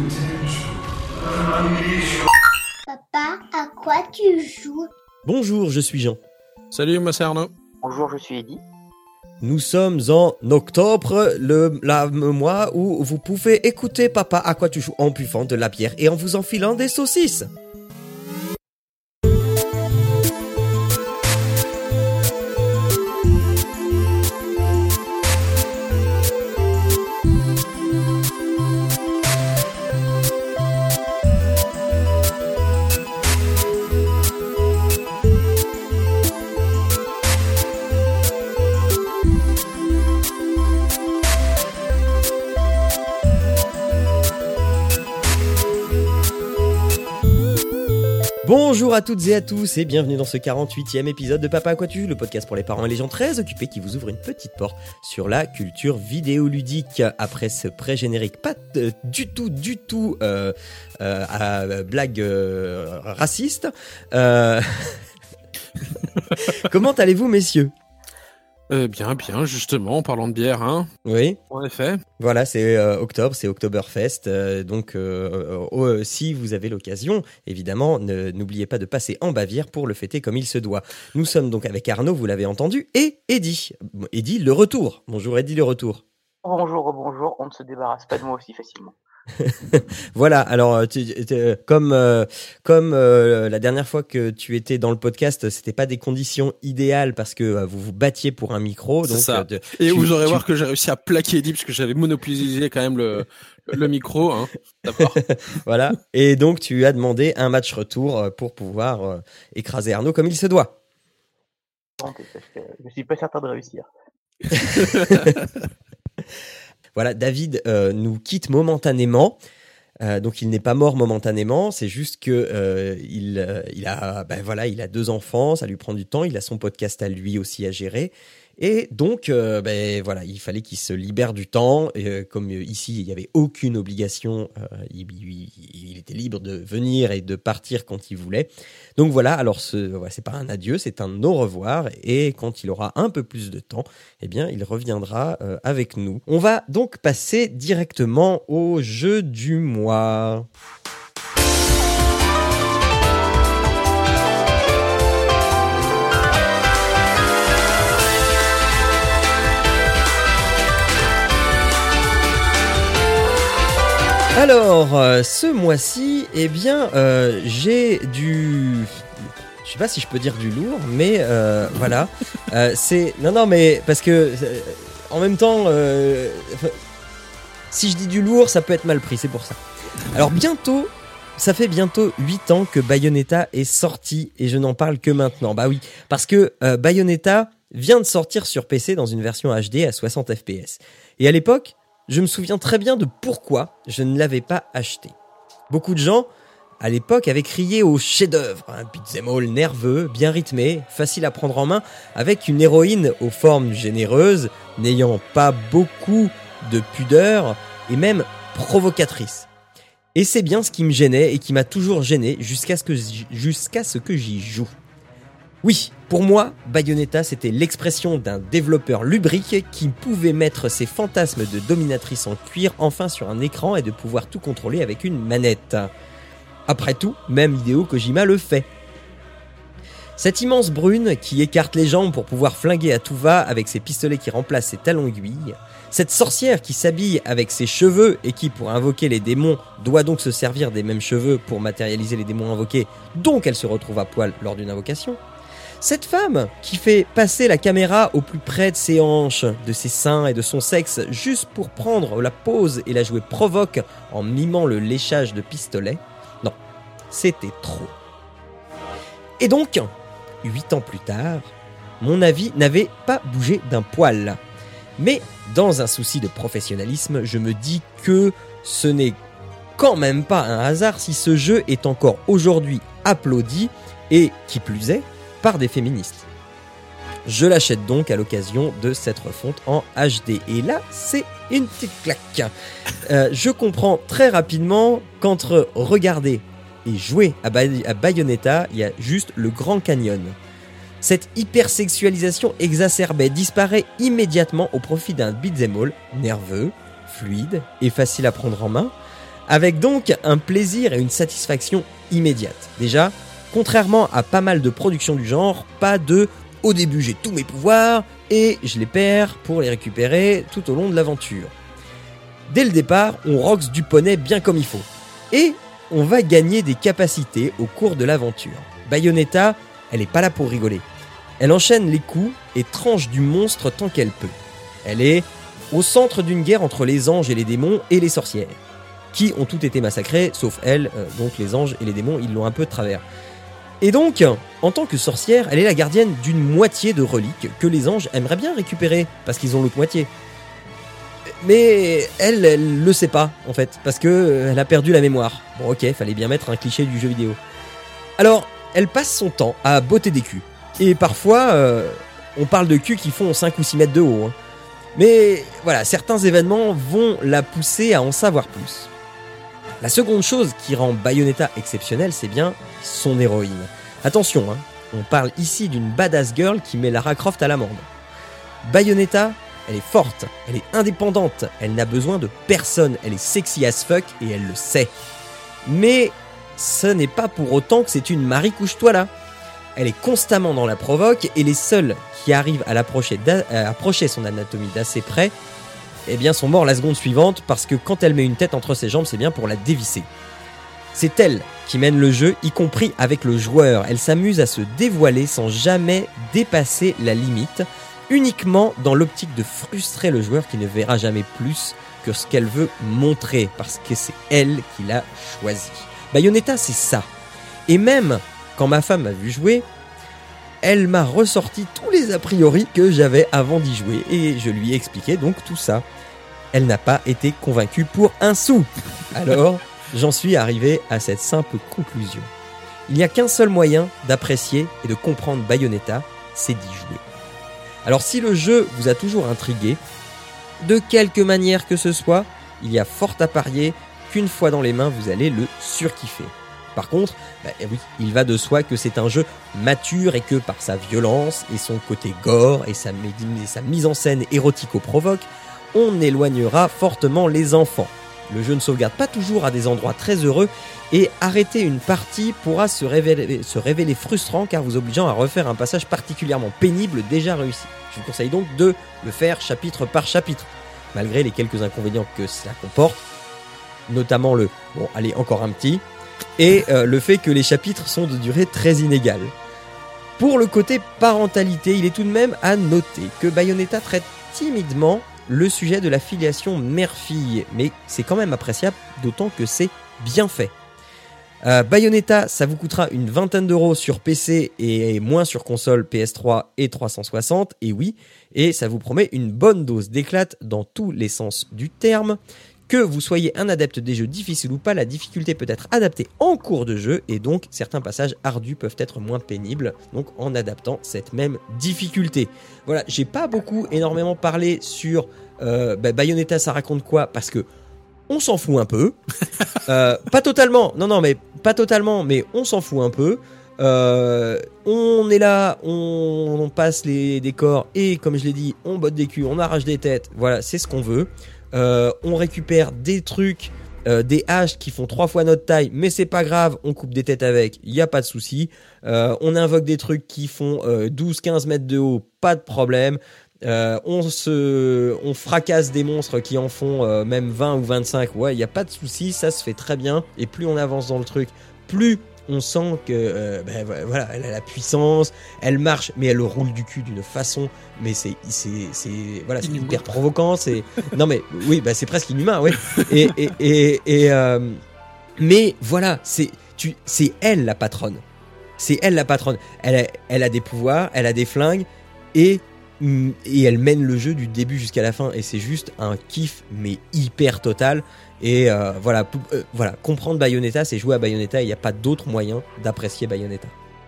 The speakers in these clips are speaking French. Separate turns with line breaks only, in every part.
Papa, à quoi tu joues?
Bonjour, je suis Jean.
Salut, moi c'est Arnaud.
Bonjour, je suis Eddy.
Nous sommes en octobre, le mois où vous pouvez écouter Papa à quoi tu joues en buvant de la bière et en vous enfilant des saucisses. Bonjour à toutes et à tous et bienvenue dans ce 48e épisode de Papa à quoi tu joues, le podcast pour les parents et les gens très occupés qui vous ouvre une petite porte sur la culture vidéoludique. Après ce pré-générique pas du tout blague raciste, comment allez-vous messieurs?
Bien, justement, en parlant de bière, hein.
Oui.
En effet.
Voilà, c'est octobre, c'est Oktoberfest, donc si vous avez l'occasion, évidemment, n'oubliez pas de passer en Bavière pour le fêter comme il se doit. Nous sommes donc avec Arnaud, vous l'avez entendu, et Eddy. Eddy, le retour. Bonjour Eddy, le retour.
Bonjour, on ne se débarrasse pas de moi aussi facilement.
Voilà, alors comme la dernière fois que tu étais dans le podcast, c'était pas des conditions idéales parce que vous vous battiez pour un micro. Donc,
c'est ça. Et vous aurez voir que j'ai réussi à plaquer Eddy parce que j'avais monopolisé quand même le micro. Hein. D'abord.
Voilà, et donc tu as demandé un match retour pour pouvoir écraser Arnaud comme il se doit.
Je suis pas certain de réussir.
Voilà, David nous quitte momentanément, donc il n'est pas mort momentanément, c'est juste que il a 2 enfants, ça lui prend du temps, il a son podcast à lui aussi à gérer, et donc il fallait qu'il se libère du temps, et, comme ici il n'y avait aucune obligation, il était libre de venir et de partir quand il voulait. Donc voilà, alors c'est pas un adieu, c'est un au revoir, et quand il aura un peu plus de temps, eh bien il reviendra avec nous. On va donc passer directement au jeu du mois. Alors, ce mois-ci, eh bien, j'ai du... Je sais pas si je peux dire du lourd, mais voilà. Mais parce que, en même temps, si je dis du lourd, ça peut être mal pris, c'est pour ça. Alors ça fait bientôt 8 ans que Bayonetta est sorti, et je n'en parle que maintenant. Bah oui, parce que Bayonetta vient de sortir sur PC dans une version HD à 60 FPS. Et à l'époque, je me souviens très bien de pourquoi je ne l'avais pas acheté. Beaucoup de gens, à l'époque, avaient crié au chef-d'œuvre, un beat'em all nerveux, bien rythmé, facile à prendre en main, avec une héroïne aux formes généreuses, n'ayant pas beaucoup de pudeur et même provocatrice. Et c'est bien ce qui me gênait et qui m'a toujours gêné jusqu'à ce que j'y joue. Oui, pour moi, Bayonetta, c'était l'expression d'un développeur lubrique qui pouvait mettre ses fantasmes de dominatrice en cuir enfin sur un écran et de pouvoir tout contrôler avec une manette. Après tout, même Hideo Kojima le fait. Cette immense brune qui écarte les jambes pour pouvoir flinguer à tout va avec ses pistolets qui remplacent ses talons aiguilles, cette sorcière qui s'habille avec ses cheveux et qui, pour invoquer les démons, doit donc se servir des mêmes cheveux pour matérialiser les démons invoqués, donc elle se retrouve à poil lors d'une invocation. Cette femme qui fait passer la caméra au plus près de ses hanches, de ses seins et de son sexe juste pour prendre la pose et la jouer provoque en mimant le léchage de pistolet, non, c'était trop. Et donc, 8 ans plus tard, mon avis n'avait pas bougé d'un poil. Mais dans un souci de professionnalisme, je me dis que ce n'est quand même pas un hasard si ce jeu est encore aujourd'hui applaudi et, qui plus est, par des féministes. Je l'achète donc à l'occasion de cette refonte en HD. Et là, c'est une petite claque. Je comprends très rapidement qu'entre regarder et jouer à Bayonetta, il y a juste le Grand Canyon. Cette hypersexualisation exacerbée disparaît immédiatement au profit d'un beat'em all nerveux, fluide et facile à prendre en main, avec donc un plaisir et une satisfaction immédiate. Déjà, contrairement à pas mal de productions du genre, pas de « au début j'ai tous mes pouvoirs et je les perds pour les récupérer tout au long de l'aventure ». Dès le départ, on roxe du poney bien comme il faut. Et on va gagner des capacités au cours de l'aventure. Bayonetta, elle est pas là pour rigoler. Elle enchaîne les coups et tranche du monstre tant qu'elle peut. Elle est au centre d'une guerre entre les anges et les démons et les sorcières, qui ont tous été massacrés, sauf elle, donc les anges et les démons, ils l'ont un peu de travers. Et donc, en tant que sorcière, elle est la gardienne d'une moitié de reliques que les anges aimeraient bien récupérer, parce qu'ils ont l'autre moitié. Mais elle le sait pas, en fait, parce que elle a perdu la mémoire. Bon ok, fallait bien mettre un cliché du jeu vidéo. Alors, elle passe son temps à botter des culs. Et parfois, on parle de culs qui font 5 ou 6 mètres de haut. Hein. Mais voilà, certains événements vont la pousser à en savoir plus. La seconde chose qui rend Bayonetta exceptionnelle, c'est bien son héroïne. Attention, hein, on parle ici d'une badass girl qui met Lara Croft à l'amende. Bayonetta, elle est forte, elle est indépendante, elle n'a besoin de personne, elle est sexy as fuck et elle le sait. Mais ce n'est pas pour autant que c'est une Marie couche-toi là. Elle est constamment dans la provoque et les seuls qui arrivent à approcher son anatomie d'assez près, eh bien sont morts la seconde suivante parce que quand elle met une tête entre ses jambes, c'est bien pour la dévisser. C'est elle qui mène le jeu, y compris avec le joueur. Elle s'amuse à se dévoiler sans jamais dépasser la limite, uniquement dans l'optique de frustrer le joueur qui ne verra jamais plus que ce qu'elle veut montrer, parce que c'est elle qui l'a choisi. Bayonetta, c'est ça. Et même quand ma femme m'a vu jouer, elle m'a ressorti tous les a priori que j'avais avant d'y jouer, et je lui ai expliqué donc tout ça. Elle n'a pas été convaincue pour un sou. Alors, j'en suis arrivé à cette simple conclusion. Il n'y a qu'un seul moyen d'apprécier et de comprendre Bayonetta, c'est d'y jouer. Alors si le jeu vous a toujours intrigué, de quelque manière que ce soit, il y a fort à parier qu'une fois dans les mains, vous allez le surkiffer. Par contre, oui, il va de soi que c'est un jeu mature et que par sa violence et son côté gore et sa mise en scène érotico-provoque, on éloignera fortement les enfants. Le jeu ne sauvegarde pas toujours à des endroits très heureux et arrêter une partie pourra se révéler frustrant car vous obligeant à refaire un passage particulièrement pénible déjà réussi. Je vous conseille donc de le faire chapitre par chapitre, malgré les quelques inconvénients que cela comporte, notamment encore un petit, et le fait que les chapitres sont de durée très inégale. Pour le côté parentalité, il est tout de même à noter que Bayonetta traite timidement le sujet de la filiation mère-fille, mais c'est quand même appréciable, d'autant que c'est bien fait. Bayonetta, ça vous coûtera une vingtaine d'euros sur PC et moins sur console PS3 et 360, et oui, et ça vous promet une bonne dose d'éclate dans tous les sens du terme. Que vous soyez un adepte des jeux difficiles ou pas, la difficulté peut être adaptée en cours de jeu, et donc certains passages ardus peuvent être moins pénibles, donc en adaptant cette même difficulté. Voilà, j'ai pas énormément parlé sur Bayonetta, ça raconte quoi, parce que on s'en fout un peu. Pas totalement, mais pas totalement, mais on s'en fout un peu. On est là, on passe les décors et comme je l'ai dit, on botte des culs, on arrache des têtes. Voilà, c'est ce qu'on veut. On récupère des trucs, des haches qui font 3 fois notre taille, mais c'est pas grave, on coupe des têtes avec, y a pas de souci. On invoque des trucs qui font 12-15 mètres de haut, pas de problème. On fracasse des monstres qui en font même 20 ou 25, ouais, y a pas de souci, ça se fait très bien. Et plus on avance dans le truc, plus on sent que voilà, elle a la puissance, elle marche, mais elle roule du cul d'une façon, mais c'est hyper provoquant, c'est non mais oui, c'est presque inhumain, ouais. Mais voilà, c'est elle la patronne. C'est elle la patronne. Elle a des pouvoirs, elle a des flingues et elle mène le jeu du début jusqu'à la fin et c'est juste un kiff mais hyper total. Et voilà, comprendre Bayonetta, c'est jouer à Bayonetta et il n'y a pas d'autre moyen d'apprécier Bayonetta.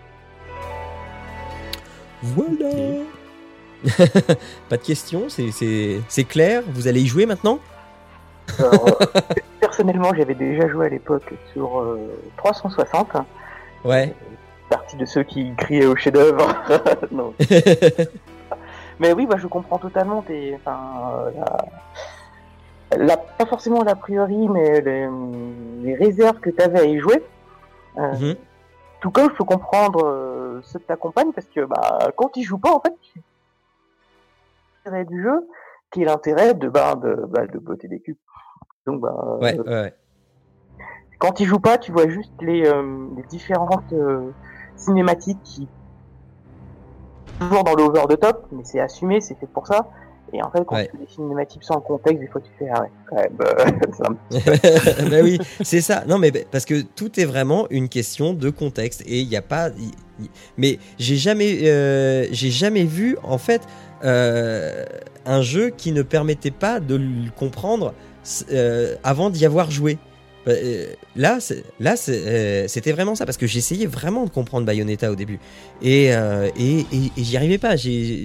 Voilà. Pas de questions, c'est clair. Vous allez y jouer maintenant ?
Alors, personnellement, j'avais déjà joué à l'époque sur 360.
Ouais.
Partie de ceux qui criaient au chef-d'œuvre. Non. Mais oui, je comprends totalement pas forcément l'a priori, mais les réserves que tu avais à y jouer. Tout comme je peux comprendre ceux de ta compagne, parce que quand ils jouent pas, en fait, l'intérêt du jeu, qui est l'intérêt de botter des cubes. Donc
ouais.
Quand ils jouent pas, tu vois juste les différentes cinématiques qui toujours dans le over the top, mais c'est assumé, c'est fait pour ça. Et en fait, quand tu fais des cinématiques sans contexte, des fois tu fais quand même, c'est un petit peu...
Bah oui, c'est ça. Non, mais parce que tout est vraiment une question de contexte et il y a pas. Mais j'ai jamais vu en fait un jeu qui ne permettait pas de le comprendre avant d'y avoir joué. Là, c'était vraiment ça parce que j'essayais vraiment de comprendre Bayonetta au début et j'y arrivais pas.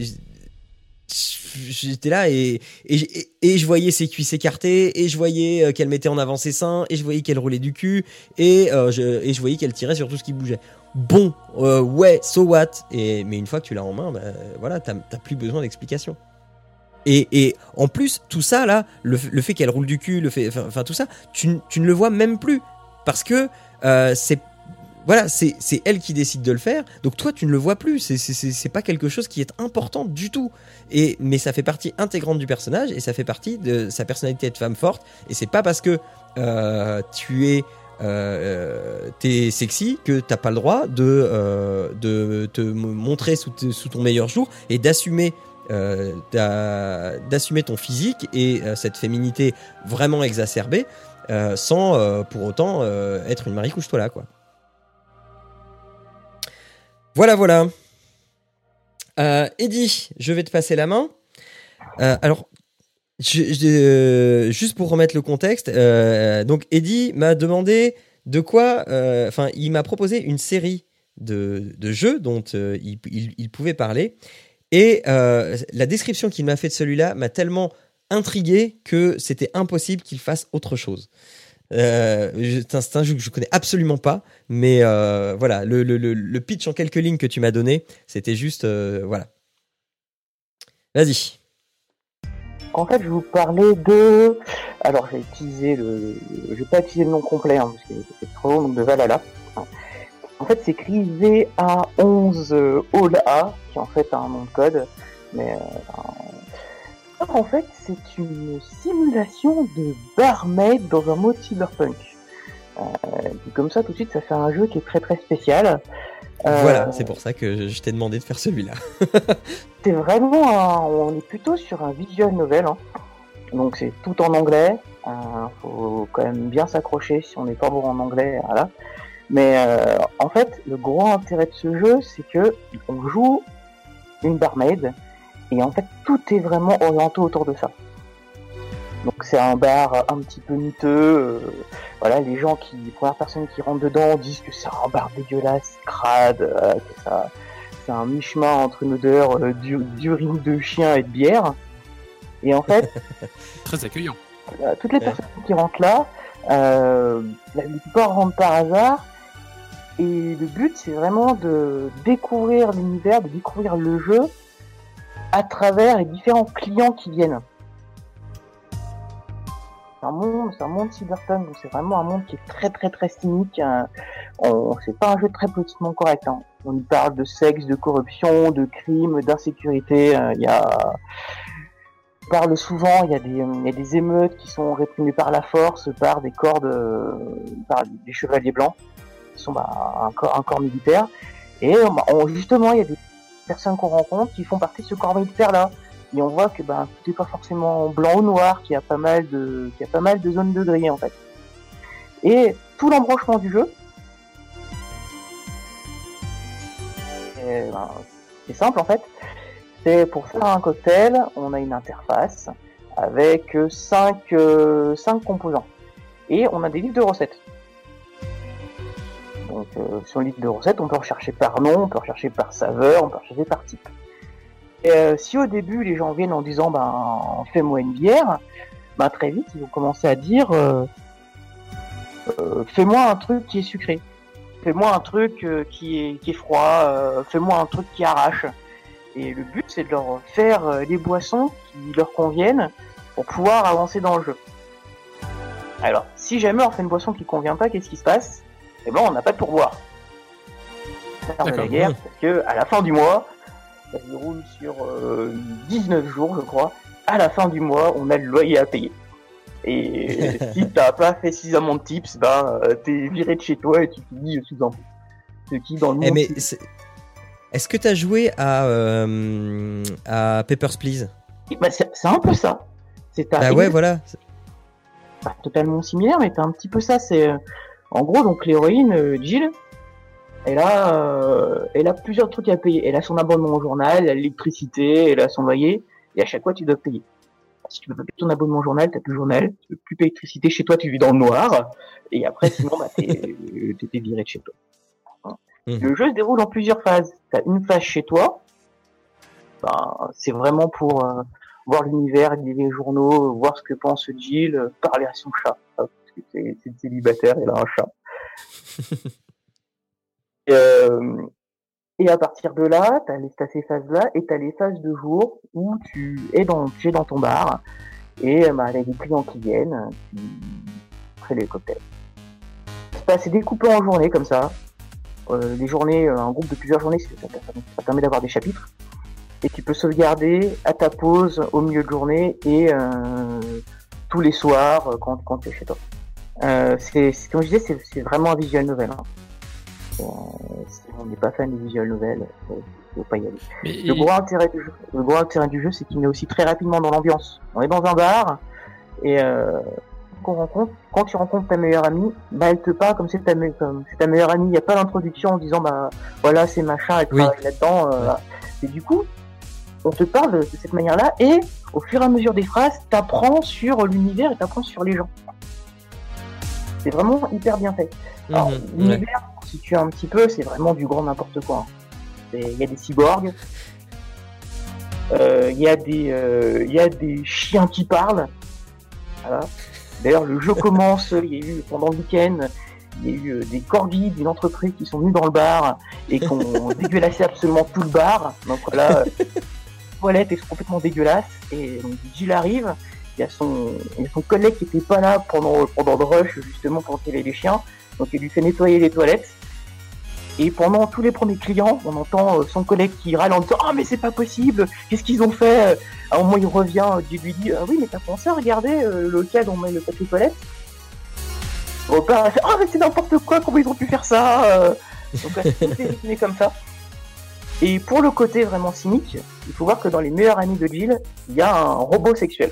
J'étais là et je voyais ses cuisses écartées et je voyais qu'elle mettait en avant ses seins et je voyais qu'elle roulait du cul et je voyais qu'elle tirait sur tout ce qui bougeait. Bon, ouais, so what. Mais une fois que tu l'as en main, voilà, t'as plus besoin d'explication. Et en plus, tout ça là, le fait qu'elle roule du cul, enfin tout ça, tu ne le vois même plus parce que c'est elle qui décide de le faire, donc toi tu ne le vois plus, c'est pas quelque chose qui est important du tout. Mais ça fait partie intégrante du personnage et ça fait partie de sa personnalité de femme forte. Et c'est pas parce que t'es sexy que t'as pas le droit de te montrer sous ton meilleur jour et d'assumer ton physique et cette féminité vraiment exacerbée sans pour autant être une Marie couche-toi là quoi. Voilà. Eddie, je vais te passer la main. Alors, juste pour remettre le contexte, donc Eddie m'a demandé de quoi. Enfin, il m'a proposé une série de jeux dont il pouvait parler. Et la description qu'il m'a fait de celui-là m'a tellement intrigué que c'était impossible qu'il fasse autre chose. C'est un jeu que je connais absolument pas, mais voilà, le pitch en quelques lignes que tu m'as donné, c'était juste voilà. Vas-y.
En fait, je vous parlais de... Alors, je vais pas utiliser le nom complet, parce que c'est trop long, donc de Valhalla. En fait, c'est écrit VA11 All A, qui est en fait un nom de code, mais... En fait, c'est une simulation de barmaid dans un mode cyberpunk. Comme ça, tout de suite, ça fait un jeu qui est très très spécial.
Voilà, c'est pour ça que je t'ai demandé de faire celui-là.
C'est vraiment on est plutôt sur un visual novel, hein. Donc c'est tout en anglais. Faut quand même bien s'accrocher si on n'est pas bon en anglais, voilà. Mais en fait, le gros intérêt de ce jeu, c'est que on joue une barmaid. Et en fait, tout est vraiment orienté autour de ça. Donc c'est un bar un petit peu miteux. Voilà, les premières personnes qui rentrent dedans disent que c'est un bar dégueulasse, crade, que ça, c'est un mi-chemin entre une odeur d'urine de chien et de bière. Et en fait,
très accueillant.
Toutes les personnes qui rentrent là, la plupart rentrent par hasard. Et le but, c'est vraiment de découvrir l'univers, de découvrir le jeu à travers les différents clients qui viennent. C'est un monde cyberpunk, donc c'est vraiment un monde qui est très très très cynique. C'est pas un jeu très politiquement correct, hein. On y parle de sexe, de corruption, de crimes, d'insécurité. On parle souvent, il y a des émeutes qui sont réprimées par la force, par des corps par des chevaliers blancs, qui sont un corps militaire. Et justement, il y a des personnes qu'on rencontre qui font partie de ce corps militaire là, et on voit que tout n'est pas forcément blanc ou noir, qu'il y a pas mal de zones de gris en fait. Et tout l'embranchement du jeu, c'est simple en fait. C'est pour faire un cocktail, on a une interface avec 5 composants et on a des livres de recettes. Donc sur le livre de recettes, on peut rechercher par nom, on peut rechercher par saveur, on peut rechercher par type. Et si au début les gens viennent en disant fais-moi une bière, très vite ils vont commencer à dire fais-moi un truc qui est sucré, fais-moi un truc qui est froid, fais-moi un truc qui arrache. Et le but, c'est de leur faire les boissons qui leur conviennent pour pouvoir avancer dans le jeu. Alors, si jamais on fait une boisson qui convient pas, qu'est-ce qui se passe? Eh ben, on n'a pas de pourboire. C'est de la guerre, parce que à la fin du mois, ça se déroule sur 19 jours, je crois. À la fin du mois, on a le loyer à payer. Et si t'as pas fait suffisamment de tips, t'es viré de chez toi et tu finis sous un pont. Ce qui, dans le monde...
Est-ce que t'as joué à Papers, Please?
Bah, c'est un peu ça.
Ouais, voilà.
Pas totalement similaire, mais t'as un petit peu ça. C'est en gros, donc l'héroïne, Jill, elle a plusieurs trucs à payer. Elle a son abonnement au journal, elle a l'électricité, elle a son loyer, et à chaque fois tu dois payer. Si tu peux pas payer ton abonnement au journal, t'as plus le journal, tu peux plus payer l'électricité, chez toi tu vis dans le noir, et après sinon t'es viré de chez toi. Le jeu se déroule en plusieurs phases. T'as une phase chez toi, c'est vraiment pour voir l'univers, lire les journaux, voir ce que pense Jill, parler à son chat, parce que c'est célibataire, elle a un chat. Et à partir de là, t'as ces phases-là, et t'as les phases de jour où tu es dans ton bar, et il y a des clients qui viennent, qui font les cocktails. C'est découpé en journées comme ça. Les journées, un groupe de plusieurs journées, ça permet d'avoir des chapitres. Et tu peux sauvegarder à ta pause au milieu de journée et tous les soirs quand tu es chez toi. Comme je disais, c'est vraiment un visual novel. Hein. Si on n'est pas fan des visual novels, faut pas y aller. Le gros intérêt du jeu, c'est qu'il est aussi très rapidement dans l'ambiance. On est dans un bar et quand tu rencontres ta meilleure amie, elle te parle comme c'est ta meilleure amie. Il n'y a pas d'introduction en disant voilà c'est machin, elle travaille là-dedans. Et du coup, on te parle de cette manière-là et au fur et à mesure des phrases, t'apprends sur l'univers et t'apprends sur les gens. C'est vraiment hyper bien fait. Alors, l'univers, si tu as un petit peu, c'est vraiment du grand n'importe quoi. Il y a des cyborgs, il y a des chiens qui parlent. Voilà. D'ailleurs, le jeu commence, il y a eu pendant le week-end, il y a eu des corgis d'une entreprise qui sont venus dans le bar et qui ont dégueulassé absolument tout le bar. Donc voilà, la toilette est complètement dégueulasse. Et donc Jill arrive, il y a son collègue qui était pas là pendant le rush, justement pour tirer les chiens. Donc il lui fait nettoyer les toilettes. Et pendant tous les premiers clients, on entend son collègue qui râle en disant « Ah mais c'est pas possible, qu'est-ce qu'ils ont fait ?» À un moment il revient, Jill lui dit « Oui mais t'as pensé à regarder le cadre où on met le papier toilette ?» Mon père a fait « Ah mais c'est n'importe quoi, comment ils ont pu faire ça ?» Donc c'est dessiné comme ça. Et pour le côté vraiment cynique, il faut voir que dans les meilleurs amis de Jill, il y a un robot sexuel.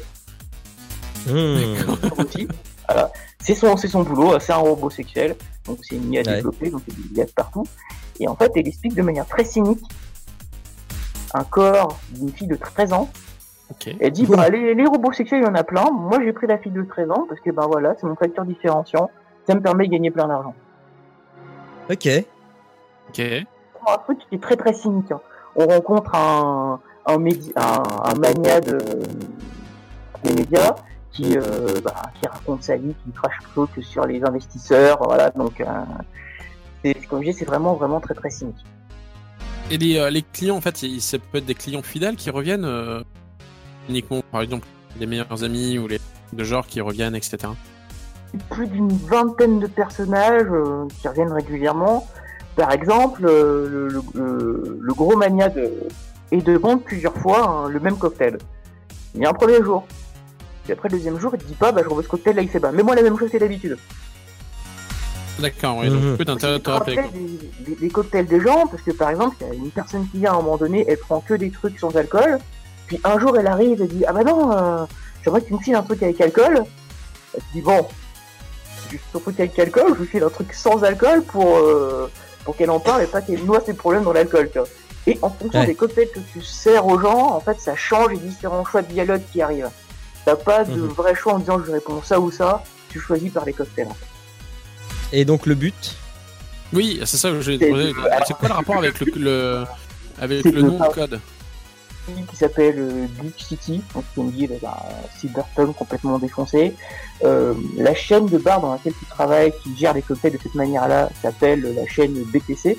Voilà. C'est son boulot, c'est un robot sexuel, donc c'est une IA développée, donc il y a des IA de partout. Et en fait, elle explique de manière très cynique un corps d'une fille de 13 ans. Okay. Elle dit, les robots sexuels, il y en a plein. Moi, j'ai pris la fille de 13 ans parce que, voilà, c'est mon facteur différenciant. Ça me permet de gagner plein d'argent.
Ok.
Un truc qui est très très cynique. Hein. On rencontre un mania des médias qui raconte sa vie, qui crache plutôt que sur les investisseurs. Voilà, donc comme je dis, c'est vraiment vraiment très très cynique.
Et les clients, en fait, ça peut être des clients fidèles qui reviennent uniquement, par exemple, les meilleurs amis ou les de genre qui reviennent, etc.
Plus d'une vingtaine de personnages qui reviennent régulièrement. Par exemple, le gros mania est de vendre plusieurs fois le même cocktail. Il y a un premier jour. Puis après le deuxième jour, il te dit pas, je revois ce cocktail là, il fait mais moi la même chose que d'habitude.
D'accord, oui, donc peu d'intérêt de te rappeler.
Des cocktails des gens, parce que par exemple, il y a une personne qui vient à un moment donné, elle prend que des trucs sans alcool, puis un jour elle arrive et dit non, j'aimerais que tu me files un truc avec alcool. Elle te dit juste un truc avec alcool, je vous file un truc sans alcool pour qu'elle en parle et pas qu'elle noie ses problèmes dans l'alcool, tu vois. Et en fonction des cocktails que tu sers aux gens, en fait, ça change les différents choix de dialogue qui arrivent. T'as pas de vrai choix en disant je réponds ça ou ça, tu choisis par les cocktails. En fait.
Et donc le but ?
Oui, c'est ça que j'ai demandé. C'est quoi le rapport avec le nom de code ?
Qui s'appelle Geek City, donc c'est une ville cyberpunk complètement défoncée. La chaîne de bars dans laquelle tu travailles, qui gère les cocktails de cette manière-là, s'appelle la chaîne BTC.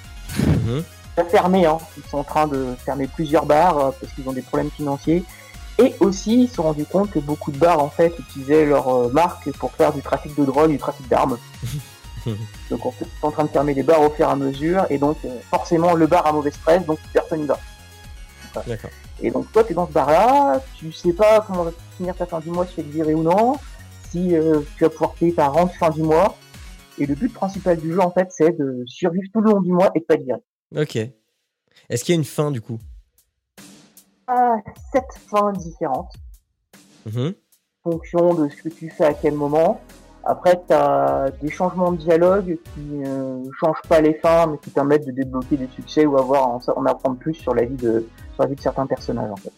Ça a fermé, ils sont en train de fermer plusieurs bars parce qu'ils ont des problèmes financiers. Et aussi, ils se sont rendus compte que beaucoup de bars, en fait, utilisaient leur marque pour faire du trafic de drogue, du trafic d'armes. Donc, en fait, ils sont en train de fermer les bars au fur et à mesure, et donc, forcément, le bar a mauvaise presse, donc personne n'y va. Voilà.
D'accord.
Et donc, toi, t'es dans ce bar-là, tu sais pas comment va finir ta fin du mois, si tu vas te virer ou non, si tu vas pouvoir payer ta rente fin du mois. Et le but principal du jeu, en fait, c'est de survivre tout le long du mois et de pas te virer.
Ok. Est-ce qu'il y a une fin du coup?
7 fins différentes,
Mhm.
en fonction de ce que tu fais à quel moment. Après, t'as des changements de dialogue qui changent pas les fins, mais qui permettent de débloquer des succès ou en apprendre plus sur la vie de certains personnages, en fait.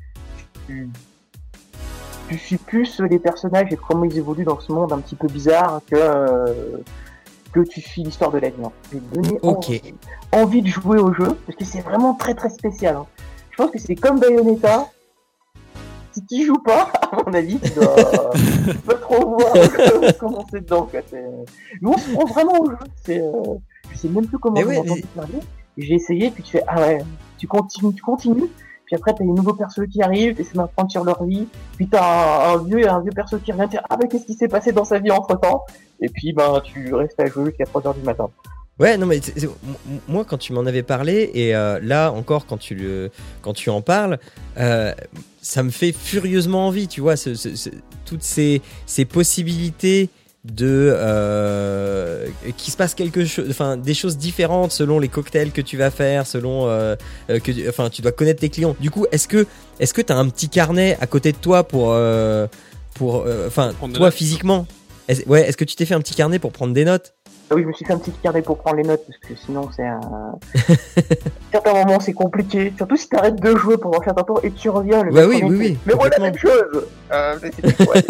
Tu suis plus les personnages et comment ils évoluent dans ce monde un petit peu bizarre que tu suis l'histoire de la vie. Hein. J'ai donné envie de jouer au jeu, parce que c'est vraiment très très spécial. Hein. Je pense que c'est comme Bayonetta. Si tu joues pas, à mon avis, tu dois pas trop voir commencer dedans. Quoi. Nous, on se prend vraiment au jeu. Je sais même plus comment parler. J'ai essayé, puis tu fais, ah ouais, tu continues. Puis après, t'as les nouveaux persos qui arrivent, t'essaies d'apprendre sur leur vie. Puis t'as un vieux perso qui revient te dire, ah ben, qu'est-ce qui s'est passé dans sa vie entre temps? Et puis, ben, tu restes à jouer jusqu'à 3h du matin.
Ouais, non, mais moi, quand tu m'en avais parlé, et là encore, quand tu en parles, ça me fait furieusement envie, tu vois, toutes ces possibilités qu'il se passe quelque chose, enfin des choses différentes selon les cocktails que tu vas faire, selon tu dois connaître tes clients. Du coup, est-ce que t'as un petit carnet à côté de toi pour toi physiquement, est-ce que tu t'es fait un petit carnet pour prendre des notes?
Oui, je me suis fait un petit carnet pour prendre les notes, parce que sinon c'est certains moments c'est compliqué, surtout si t'arrêtes de jouer pendant un certain temps et tu reviens.
Bah oui.
Mais voilà la même chose. C'était quoi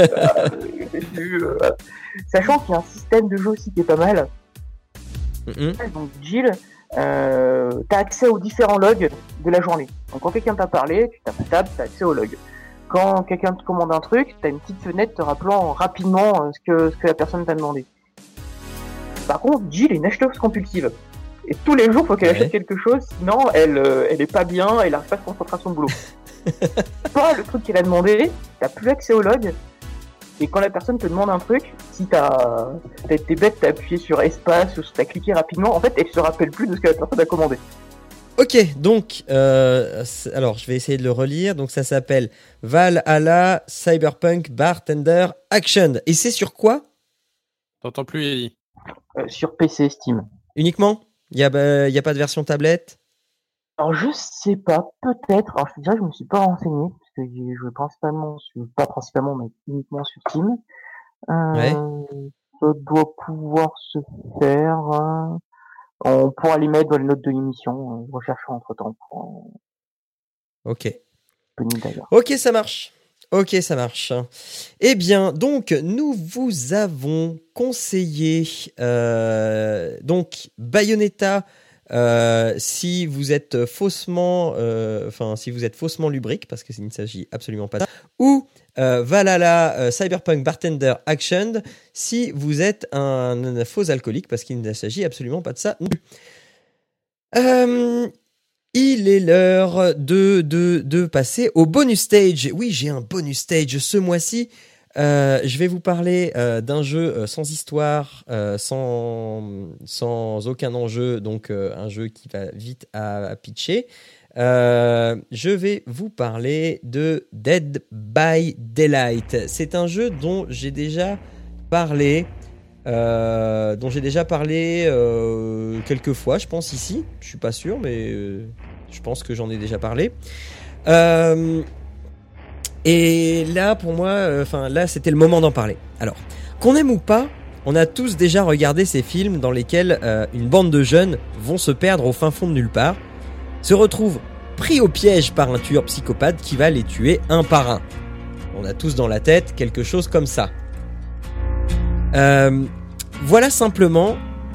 sachant qu'il y a un système de jeu aussi qui est pas mal. Donc Jill, t'as accès aux différents logs de la journée. Donc quand quelqu'un t'a parlé, tu tapes table, t'as accès aux logs. Quand quelqu'un te commande un truc, t'as une petite fenêtre te rappelant rapidement ce que la personne t'a demandé. Par contre, Jill est une acheteuse compulsive. Et tous les jours, faut qu'elle achète quelque chose, sinon elle est pas bien, elle n'arrive pas à se concentrer à son boulot. Toi, le truc qu'elle a demandé, t'as plus accès au log. Et quand la personne te demande un truc, si t'as été bête, t'as appuyé sur espace ou t'as cliqué rapidement, en fait, elle se rappelle plus de ce que la personne a commandé.
Ok, donc, alors je vais essayer de le relire. Donc ça s'appelle Valhalla Cyberpunk Bartender Action. Et c'est sur quoi?
T'entends plus, Ellie?
Sur PC, Steam.
Uniquement? Il y a pas de version tablette?
Alors je sais pas, peut-être. Alors je te dirais, je me suis pas renseigné parce que j'ai joué pas principalement, mais uniquement sur Steam. Ça doit pouvoir se faire. On pourra les mettre dans les notes de l'émission. Je recherche entre temps.
Ok.
D'ailleurs.
Ok, ça marche. Eh bien, donc, nous vous avons conseillé donc Bayonetta si vous êtes faussement lubrique, parce que il ne s'agit absolument pas de ça, ou Valhalla Cyberpunk Bartender Action si vous êtes un faux alcoolique, parce qu'il ne s'agit absolument pas de ça non plus. Il est l'heure de passer au bonus stage. Oui, j'ai un bonus stage ce mois-ci. Je vais vous parler d'un jeu sans histoire, sans aucun enjeu, donc un jeu qui va vite à pitcher. Je vais vous parler de Dead by Daylight. C'est un jeu dont j'ai déjà parlé. Quelques fois, je pense, ici. Je suis pas sûr, mais je pense que j'en ai déjà parlé. Et là, pour moi, là, c'était le moment d'en parler. Alors, qu'on aime ou pas, on a tous déjà regardé ces films dans lesquels une bande de jeunes vont se perdre au fin fond de nulle part, se retrouvent pris au piège par un tueur psychopathe qui va les tuer un par un. On a tous dans la tête quelque chose comme ça. Voilà simplement,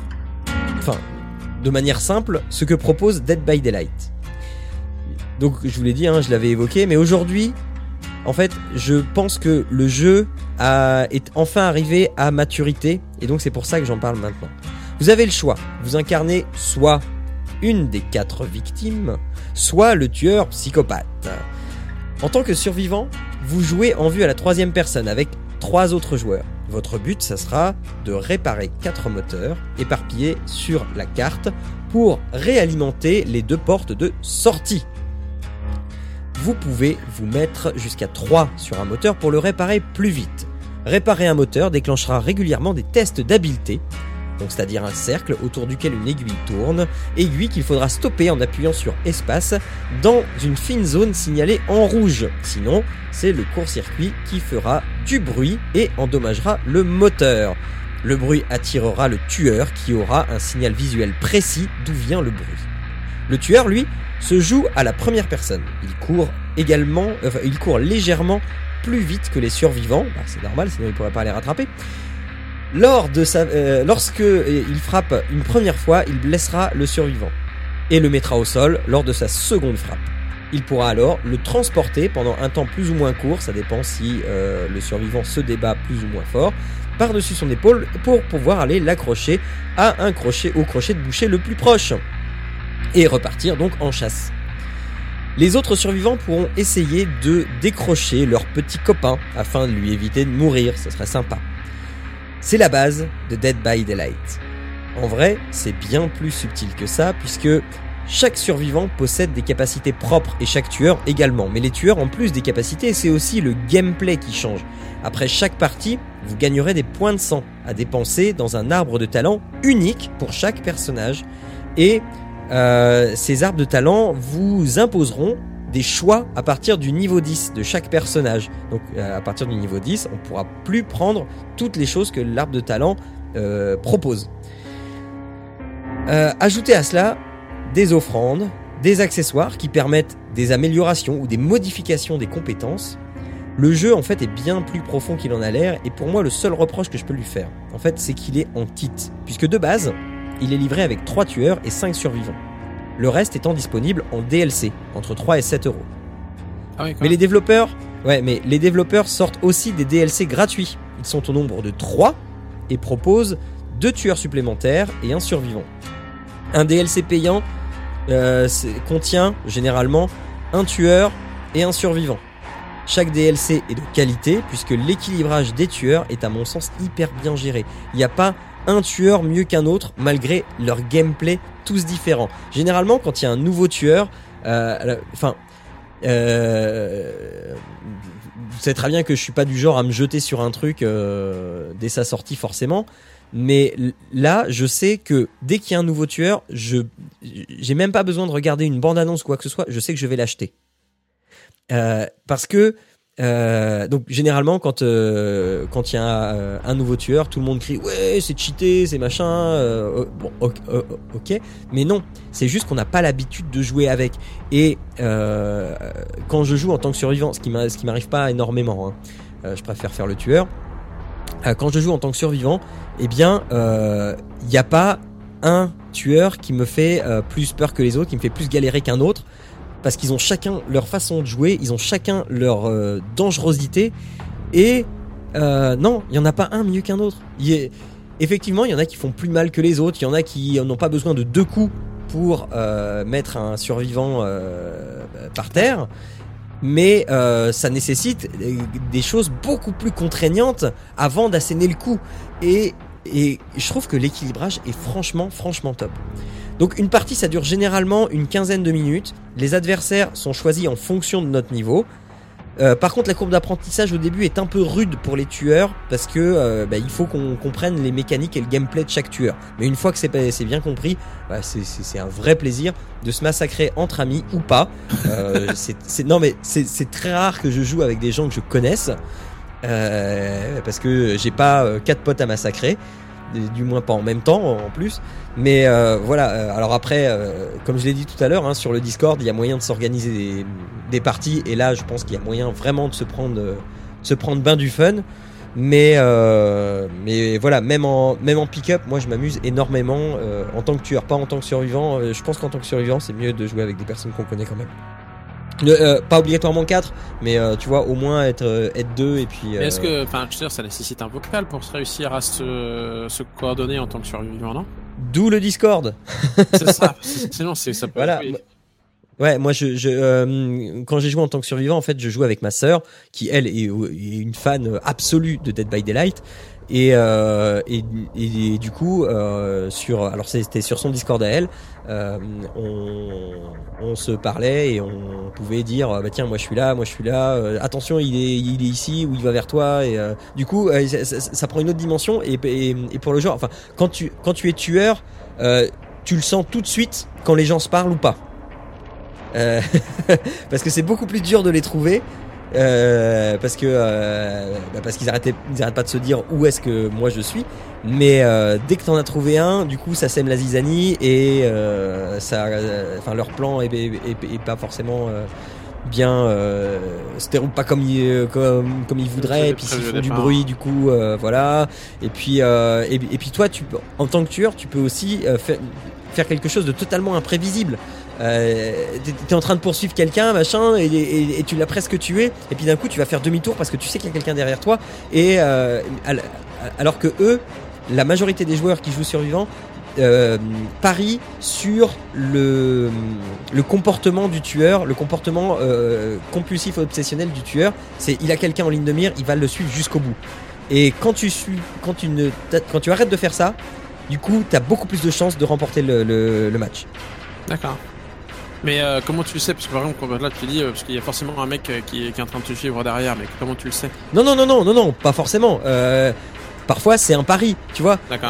de manière simple, ce que propose Dead by Daylight. Donc, je vous l'ai dit, je l'avais évoqué, mais aujourd'hui, en fait, je pense que le jeu est enfin arrivé à maturité, et donc c'est pour ça que j'en parle maintenant. Vous avez le choix, vous incarnez soit une des 4 victimes, soit le tueur psychopathe. En tant que survivant, vous jouez en vue à la troisième personne avec 3 autres joueurs. Votre but, ça sera de réparer 4 moteurs éparpillés sur la carte pour réalimenter les 2 portes de sortie. Vous pouvez vous mettre jusqu'à 3 sur un moteur pour le réparer plus vite. Réparer un moteur déclenchera régulièrement des tests d'habileté, donc c'est-à-dire un cercle autour duquel une aiguille tourne, aiguille qu'il faudra stopper en appuyant sur espace dans une fine zone signalée en rouge. Sinon, c'est le court-circuit qui fera du bruit et endommagera le moteur. Le bruit attirera le tueur qui aura un signal visuel précis d'où vient le bruit. Le tueur, lui, se joue à la première personne. Il court légèrement plus vite que les survivants, c'est normal, sinon il ne pourrait pas les rattraper. Lorsque il frappe une première fois, il blessera le survivant et le mettra au sol lors de sa seconde frappe. Il pourra alors le transporter pendant un temps plus ou moins court, ça dépend si le survivant se débat plus ou moins fort, par-dessus son épaule pour pouvoir aller l'accrocher au crochet de boucher le plus proche et repartir donc en chasse. Les autres survivants pourront essayer de décrocher leur petit copain afin de lui éviter de mourir, ça serait sympa. C'est la base de Dead by Daylight. En vrai, c'est bien plus subtil que ça puisque chaque survivant possède des capacités propres et chaque tueur également. Mais les tueurs ont plus des capacités et c'est aussi le gameplay qui change. Après chaque partie, vous gagnerez des points de sang à dépenser dans un arbre de talent unique pour chaque personnage et ces arbres de talent vous imposeront des choix à partir du niveau 10 de chaque personnage. Donc à partir du niveau 10, on ne pourra plus prendre toutes les choses que l'arbre de talent propose. Ajoutez à cela des offrandes, des accessoires qui permettent des améliorations ou des modifications des compétences. Le jeu en fait est bien plus profond qu'il en a l'air et pour moi le seul reproche que je peux lui faire, en fait, c'est qu'il est en kit, puisque de base, il est livré avec 3 tueurs et 5 survivants. Le reste étant disponible en DLC, entre 3 et 7 euros.
Ah oui,
mais les développeurs sortent aussi des DLC gratuits. Ils sont au nombre de 3 et proposent 2 tueurs supplémentaires et un survivant. Un DLC payant contient généralement un tueur et un survivant. Chaque DLC est de qualité puisque l'équilibrage des tueurs est à mon sens hyper bien géré. Il n'y a pas un tueur mieux qu'un autre malgré leur gameplay tous différents. Généralement quand il y a un nouveau tueur, vous savez très bien que je suis pas du genre à me jeter sur un truc dès sa sortie forcément, mais là je sais que dès qu'il y a un nouveau tueur, j'ai même pas besoin de regarder une bande-annonce ou quoi que ce soit, je sais que je vais l'acheter. Parce que donc généralement quand il y a un nouveau tueur, tout le monde crie ouais c'est cheaté, c'est machin. Bon ok, mais non, c'est juste qu'on n'a pas l'habitude de jouer avec. Et quand je joue en tant que survivant, ce qui m'arrive pas énormément, je préfère faire le tueur. Quand je joue en tant que survivant, eh bien il n'y a pas un tueur qui me fait plus peur que les autres, qui me fait plus galérer qu'un autre. Parce qu'ils ont chacun leur façon de jouer, ils ont chacun leur dangerosité. Et non, il n'y en a pas un mieux qu'un autre. Effectivement, il y en a qui font plus mal que les autres. Il y en a qui n'ont pas besoin de 2 coups pour mettre un survivant par terre. Mais ça nécessite des choses beaucoup plus contraignantes avant d'asséner le coup. Et je trouve que l'équilibrage est franchement top. Donc une partie ça dure généralement une quinzaine de minutes. Les adversaires sont choisis en fonction de notre niveau. Par contre la courbe d'apprentissage au début est un peu rude pour les tueurs parce que il faut qu'on comprenne les mécaniques et le gameplay de chaque tueur. Mais une fois que c'est bien compris, c'est un vrai plaisir de se massacrer entre amis ou pas. C'est très rare que je joue avec des gens que je connaisse parce que j'ai pas 4 potes à massacrer. Du moins pas en même temps en plus, mais voilà. Alors après, comme je l'ai dit tout à l'heure, sur le Discord, il y a moyen de s'organiser des parties, et là, je pense qu'il y a moyen vraiment de se prendre bien du fun. Mais voilà, même en pick-up, moi je m'amuse énormément en tant que tueur, pas en tant que survivant. Je pense qu'en tant que survivant, c'est mieux de jouer avec des personnes qu'on connaît quand même. Pas obligatoirement 4, mais tu vois, au moins être 2 et puis.
Mais est-ce que, je veux dire, ça nécessite un vocal pour réussir à se coordonner en tant que survivant, non ?
D'où le Discord.
C'est ça. Sinon, ça peut.
Voilà. Ouais, moi quand j'ai joué en tant que survivant, en fait, je jouais avec ma sœur qui elle est une fan absolue de Dead by Daylight et du coup alors c'était sur son Discord à elle, on se parlait et on pouvait dire bah tiens moi je suis là, attention il est ici ou il va vers toi et du coup ça prend une autre dimension et pour le joueur, enfin quand tu es tueur, tu le sens tout de suite quand les gens se parlent ou pas. Parce que c'est beaucoup plus dur de les trouver parce qu'ils arrêtent pas de se dire où est-ce que moi je suis, mais dès que t'en as trouvé un, du coup ça sème la zizanie et leur plan est pas forcément bien, se déroule pas comme ils voudraient, et puis s'ils font du bruit du coup voilà, et puis toi en tant que tueur tu peux aussi faire quelque chose de totalement imprévisible. T'es en train de poursuivre quelqu'un machin et tu l'as presque tué et puis d'un coup tu vas faire demi-tour parce que tu sais qu'il y a quelqu'un derrière toi et alors que eux, la majorité des joueurs qui jouent survivants parient sur le comportement du tueur, le comportement compulsif et obsessionnel du tueur. C'est il a quelqu'un en ligne de mire, il va le suivre jusqu'au bout. Et quand tu arrêtes de faire ça, du coup t'as beaucoup plus de chances de remporter le match.
D'accord. Mais comment tu le sais? Parce que par exemple, là tu dis parce qu'il y a forcément un mec qui est en train de te suivre derrière, mais comment tu le sais?
Non, pas forcément. Parfois c'est un pari, tu vois.
D'accord.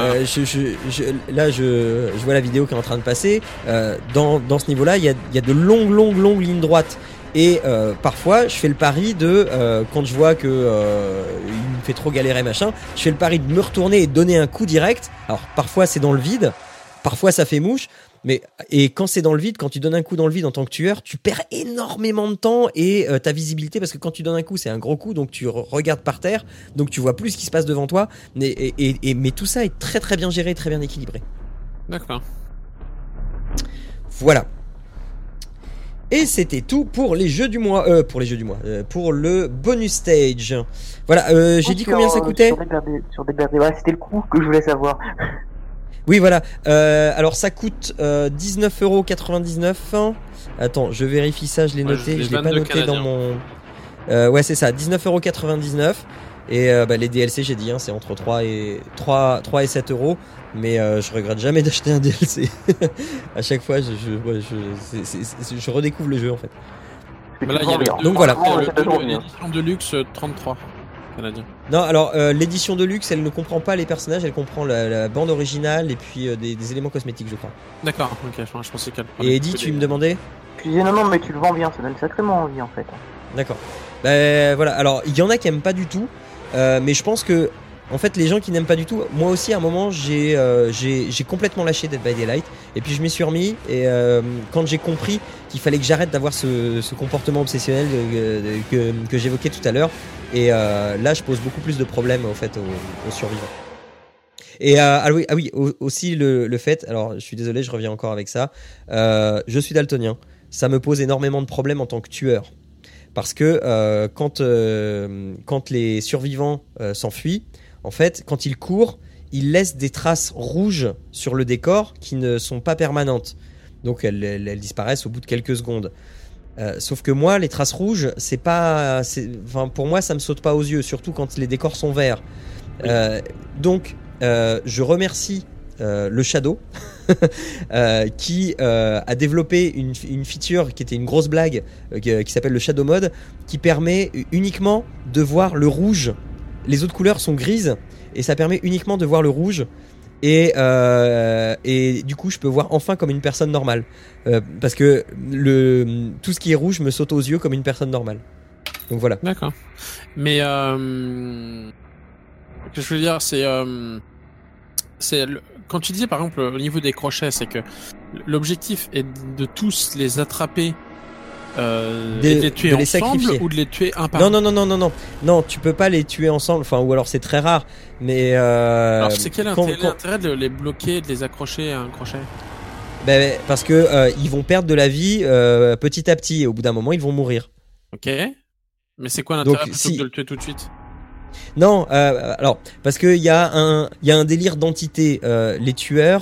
Je vois la vidéo qui est en train de passer. Dans ce niveau-là, il y a de longues lignes droites. Et parfois, je fais le pari de quand je vois que il me fait trop galérer machin, je fais le pari de me retourner et de donner un coup direct. Alors parfois c'est dans le vide, parfois ça fait mouche. Et quand c'est dans le vide, quand tu donnes un coup dans le vide en tant que tueur, tu perds énormément de temps et ta visibilité, parce que quand tu donnes un coup, c'est un gros coup, donc tu regardes par terre, donc tu vois plus ce qui se passe devant toi. Mais tout ça est très très bien géré, très bien équilibré.
D'accord.
Voilà. Et c'était tout pour les jeux du mois. Pour le bonus stage. Voilà. J'ai dit combien ça coûtait
sur des c'était le coût que je voulais savoir.
Oui, voilà. Alors, ça coûte 19,99€. Attends, je vérifie ça, je l'ai noté. Je l'ai pas noté dans mon... ouais, c'est ça, 19,99€. Et les DLC, j'ai dit, c'est entre 3 et 7 euros. Mais je regrette jamais d'acheter un DLC. À chaque fois, je redécouvre le jeu, en fait.
Là, il y a
donc voilà.
L'édition de luxe 33. Canadien.
Non, alors l'édition de luxe, elle ne comprend pas les personnages, elle comprend la bande originale et puis des éléments cosmétiques, je crois.
D'accord, ok, je pensais qu'elle...
Et Eddie, tu me demandais?
Je disais non, mais tu le vends bien, ça donne sacrément envie en fait.
D'accord. Voilà, alors il y en a qui aiment pas du tout, mais je pense que en fait les gens qui n'aiment pas du tout, moi aussi à un moment j'ai complètement lâché Dead by Daylight et puis je m'y suis remis et quand j'ai compris qu'il fallait que j'arrête d'avoir ce comportement obsessionnel que j'évoquais tout à l'heure, et là je pose beaucoup plus de problèmes en fait aux survivants. Et oui, aussi le fait, alors je suis désolé, je reviens encore avec ça, je suis daltonien, ça me pose énormément de problèmes en tant que tueur. Parce que quand les survivants s'enfuient, en fait, quand ils courent, ils laissent des traces rouges sur le décor qui ne sont pas permanentes. Donc elles disparaissent au bout de quelques secondes. Sauf que moi, les traces rouges, pour moi, ça me saute pas aux yeux, surtout quand les décors sont verts. Donc, je remercie le Shadow qui a développé une feature qui était une grosse blague qui s'appelle le Shadow Mode, qui permet uniquement de voir le rouge. Les autres couleurs sont grises et ça permet uniquement de voir le rouge. Et du coup je peux voir enfin comme une personne normale, parce que tout ce qui est rouge me saute aux yeux comme une personne normale. Donc voilà.
D'accord. Mais ce que je veux dire, quand tu dis par exemple au niveau des crochets, c'est que l'objectif est de tous les attraper, et de les tuer
de les
ensemble,
sacrifier.
ou de les tuer un par un.
Non, tu peux pas les tuer ensemble, enfin, ou alors c'est très rare, mais
alors c'est quel l'intérêt de les bloquer, de les accrocher à un crochet?
Parce que ils vont perdre de la vie petit à petit, et au bout d'un moment ils vont mourir.
Ok, mais c'est quoi l'intérêt
Donc,
plutôt que de le tuer tout de suite?
Non, alors parce que il y a un délire d'entité. Les tueurs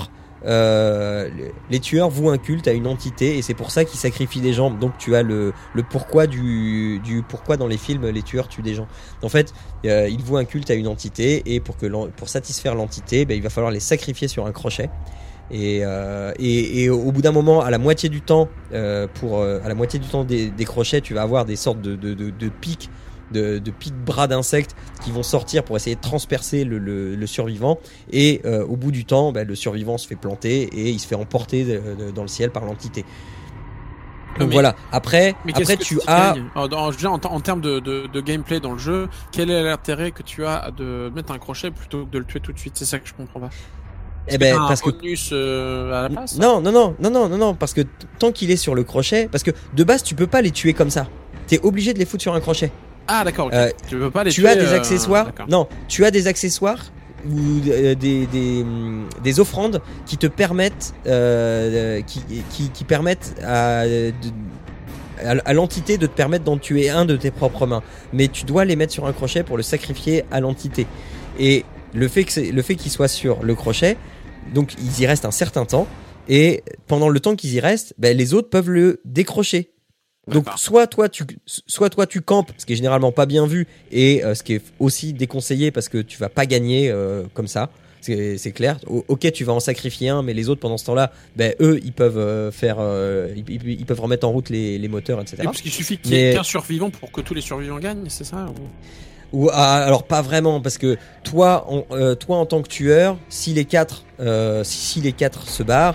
les tueurs vouent un culte à une entité et c'est pour ça qu'ils sacrifient des gens. Donc tu as le pourquoi du pourquoi dans les films les tueurs tuent des gens. En fait, ils vouent un culte à une entité et pour satisfaire l'entité, il va falloir les sacrifier sur un crochet. Et au bout d'un moment, à la moitié du temps, des crochets, tu vas avoir des sortes de pics. De pics bras d'insectes qui vont sortir pour essayer de transpercer le survivant et au bout du temps le survivant se fait planter et il se fait emporter dans le ciel par l'entité. Donc voilà, après tu as
en termes de gameplay dans le jeu, quel est l'intérêt que tu as de mettre un crochet plutôt que de le tuer tout de suite? C'est ça que je comprends pas. Parce que bonus à la place.
Non, parce que tant qu'il est sur le crochet, parce que de base tu peux pas les tuer comme ça. T'es obligé de les foutre sur un crochet.
Ah d'accord, ok. Tu veux pas les
tu
tuer,
as des accessoires. Non, tu as des accessoires ou des offrandes qui te permettent qui permettent à l'entité de te permettre d'en tuer un de tes propres mains. Mais tu dois les mettre sur un crochet pour le sacrifier à l'entité. Et le fait qu'ils soient sur le crochet, donc ils y restent un certain temps et pendant le temps qu'ils y restent, les autres peuvent le décrocher. Donc soit toi tu campes, ce qui est généralement pas bien vu et ce qui est aussi déconseillé parce que tu vas pas gagner comme ça, c'est clair. Ok, tu vas en sacrifier un, mais les autres pendant ce temps-là, eux ils peuvent ils peuvent remettre en route les moteurs, etc.
Et parce qu'il suffit qu'il y ait qu'un survivant pour que tous les survivants gagnent, c'est ça
alors pas vraiment, parce que toi en tant que tueur, si les quatre se barrent,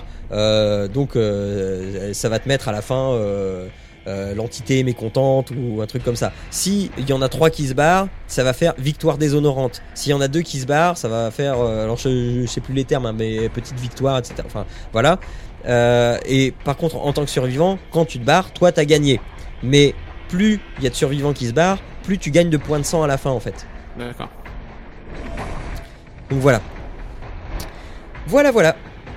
ça va te mettre à la fin l'entité mécontente ou un truc comme ça. Si il y en a 3 qui se barrent, ça va faire victoire déshonorante. S'il y en a 2 qui se barrent, ça va faire alors je sais plus les termes, mais petite victoire, etc. Enfin voilà. Et par contre, en tant que survivant, quand tu te barres, toi t'as gagné. Mais plus il y a de survivants qui se barrent, plus tu gagnes de points de sang à la fin en fait.
D'accord.
Donc voilà. Voilà.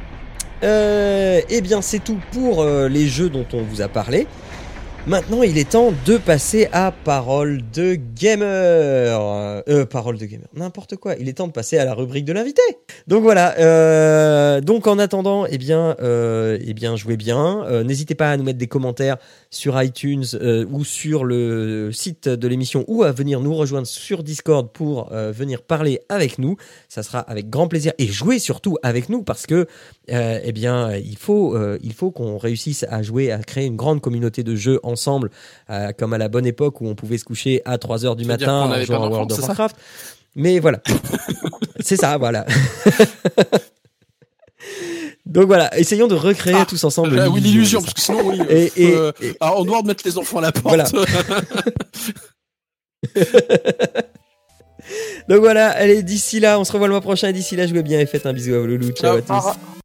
Eh bien c'est tout pour les jeux dont on vous a parlé. Maintenant, il est temps de passer à Parole de Gamer. Parole de Gamer, n'importe quoi. Il est temps de passer à la rubrique de l'invité. Donc voilà. Donc en attendant, jouez bien. N'hésitez pas à nous mettre des commentaires sur iTunes ou sur le site de l'émission ou à venir nous rejoindre sur Discord pour venir parler avec nous. Ça sera avec grand plaisir et jouer surtout avec nous parce que il faut qu'on réussisse à jouer, à créer une grande communauté de jeux ensemble, comme à la bonne époque où on pouvait se coucher à 3h du matin en jouant à World of Warcraft. Mais voilà. C'est ça, voilà. Donc voilà, essayons de recréer tous ensemble
l'illusion, parce que sinon en dehors de mettre les enfants à la porte.
Voilà. Donc voilà, allez, d'ici là, on se revoit le mois prochain et d'ici là, jouez bien et faites un bisou à vos loulous. Ciao à tous.